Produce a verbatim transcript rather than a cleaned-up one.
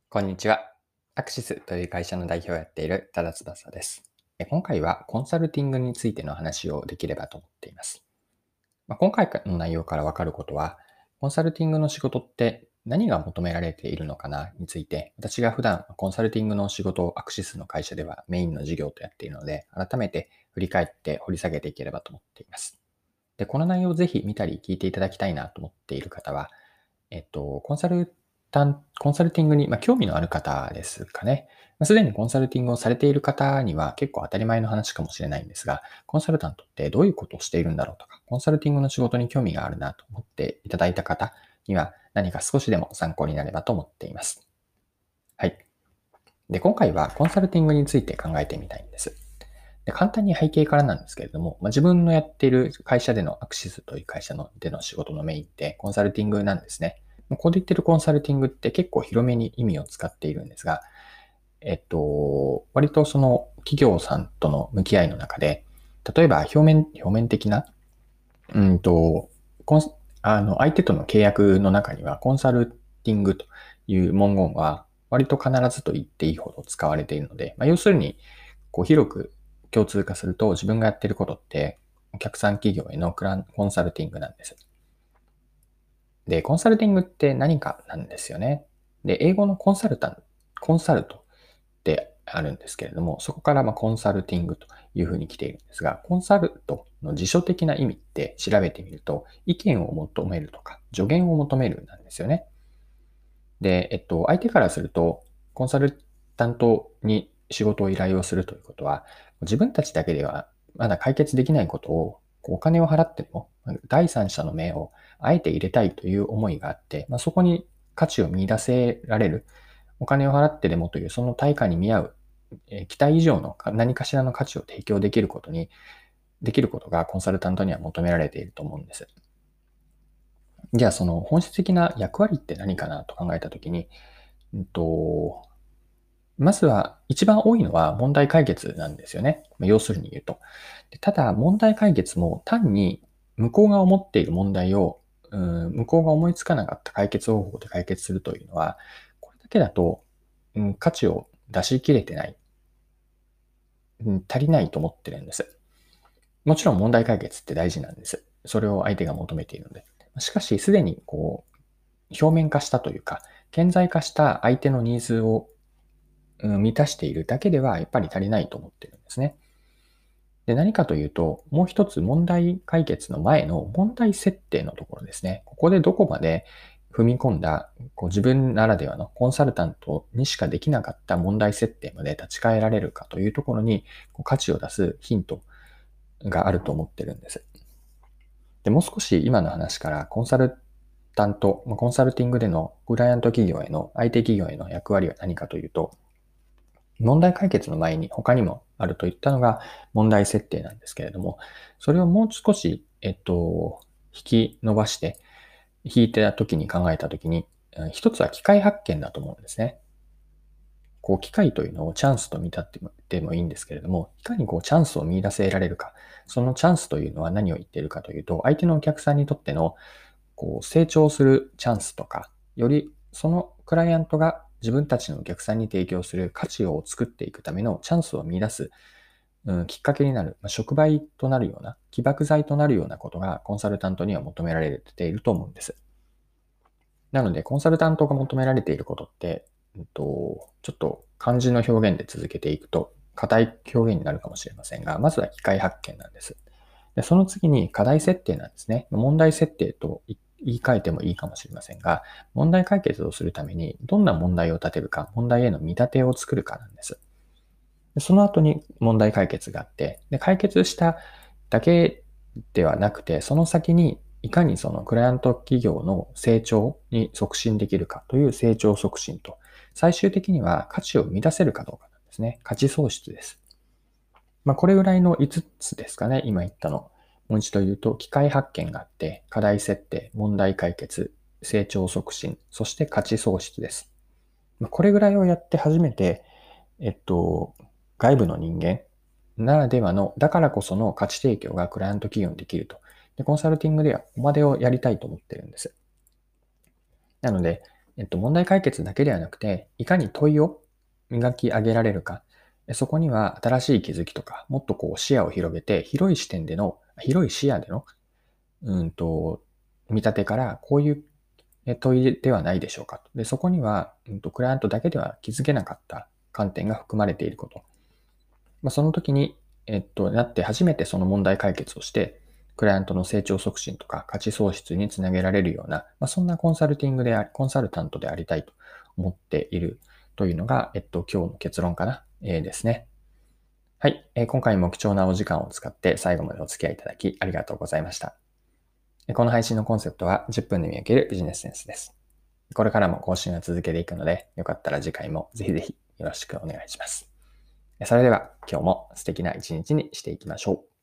こんにちは。アクシスという会社の代表をやっている多田翼です。今回はコンサルティングについての話をできればと思っています。まあ、今回の内容からわかることは、コンサルティングの仕事って何が求められているのかなについて、私が普段コンサルティングの仕事をアクシスの会社ではメインの事業とやっているので、改めて振り返って掘り下げていければと思っています。で、この内容をぜひ見たり聞いていただきたいなと思っている方は、えっと、コンサルタン、コンサルティングに、まあ、興味のある方ですかね。まあ、すでにコンサルティングをされている方には結構当たり前の話かもしれないんですが、コンサルタントってどういうことをしているんだろうとか、コンサルティングの仕事に興味があるなと思っていただいた方には何か少しでも参考になればと思っています。はい。で、今回はコンサルティングについて考えてみたいんです。で、簡単に背景からなんですけれども、まあ、自分のやっている会社でのアクシスという会社のでの仕事のメインってコンサルティングなんですね。ここで言ってるコンサルティングって結構広めに意味を使っているんですが、えっと、割とその企業さんとの向き合いの中で、例えば表面、表面的な、うんと、コンあの、相手との契約の中にはコンサルティングという文言は割と必ずと言っていいほど使われているので、まあ、要するに、こう広く共通化すると自分がやってることってお客さん企業へのクランコンサルティングなんです。で、コンサルティングって何かなんですよね。で、英語のコンサルタント、コンサルトってあるんですけれども、そこからまあコンサルティングというふうに来ているんですが、コンサルトの辞書的な意味って調べてみると、意見を求めるとか、助言を求めるなんですよね。で、えっと、相手からすると、コンサルタントに仕事を依頼をするということは、自分たちだけではまだ解決できないことを、お金を払ってでも、第三者の目をあえて入れたいという思いがあって、まあ、そこに価値を見出せられる、お金を払ってでもというその対価に見合う、え期待以上の何かしらの価値を提供できることに、できることがコンサルタントには求められていると思うんです。じゃあその本質的な役割って何かなと考えたときに、うんと、まずは一番多いのは問題解決なんですよね。要するに言うと。ただ問題解決も単に向こうが思っている問題を、うん、向こうが思いつかなかった解決方法で解決するというのは、これだけだと、うん、価値を出し切れてない、うん、足りないと思ってるんです。もちろん問題解決って大事なんです。それを相手が求めているので。しかし、すでにこう、表面化したというか、顕在化した相手のニーズを満たしているだけではやっぱり足りないと思ってるんですね。で、何かというと、もう一つ問題解決の前の問題設定のところですね。ここでどこまで踏み込んだこう自分ならではのコンサルタントにしかできなかった問題設定まで立ち返られるかというところにこう価値を出すヒントがあると思ってるんです。で、もう少し今の話からコンサルタント、コンサルティングでのクライアント企業への、相手企業への役割は何かというと、問題解決の前に他にもあるといったのが問題設定なんですけれども、それをもう少し、えっと、引き伸ばして、引いた時に考えた時に、一つは機械発見だと思うんですね。こう、機会というのをチャンスと見立ててもいいんですけれども、いかにこう、チャンスを見出せられるか。そのチャンスというのは何を言っているかというと、相手のお客さんにとっての、こう、成長するチャンスとか、よりそのクライアントが自分たちのお客さんに提供する価値を作っていくためのチャンスを見出す、うん、きっかけになる、まあ、触媒となるような、起爆剤となるようなことがコンサルタントには求められていると思うんです。なので、コンサルタントが求められていることって、うんと、ちょっと漢字の表現で続けていくと、硬い表現になるかもしれませんが、まずは機械発見なんです。で、その次に課題設定なんですね。問題設定と言い換えてもいいかもしれませんが、問題解決をするためにどんな問題を立てるか、問題への見立てを作るかなんです。でその後に問題解決があって、で、解決しただけではなくて、その先にいかにそのクライアント企業の成長に促進できるかという成長促進と、最終的には価値を生み出せるかどうかなんですね。価値創出です。まあ、これぐらいのいつつですかね、今言ったの。もう一度言うと、機械発見があって、課題設定、問題解決、成長促進、そして価値創出です。まあ、これぐらいをやって初めて、えっと、外部の人間ならではの、だからこその価値提供がクライアント企業にできると。で、コンサルティングではここまでをやりたいと思ってるんです。なので、 えっと、問題解決だけではなくて、いかに問いを磨き上げられるか、そこには新しい気づきとか、もっとこう視野を広げて、広い視点での、広い視野での、うんと、見立てから、こういう問いではないでしょうかと。で、そこには、うんと、クライアントだけでは気づけなかった観点が含まれていること。まあ、その時に、えっと、なって初めてその問題解決をして、クライアントの成長促進とか価値創出につなげられるような、まあ、そんなコンサルティングであり、コンサルタントでありたいと思っているというのが、えっと、今日の結論かな、えー、ですね。はい、えー。今回も貴重なお時間を使って最後までお付き合いいただきありがとうございました。この配信のコンセプトはじゅっぷんで見分けるビジネスセンスです。これからも更新は続けていくので、よかったら次回もぜひぜひよろしくお願いします。それでは今日も素敵な一日にしていきましょう。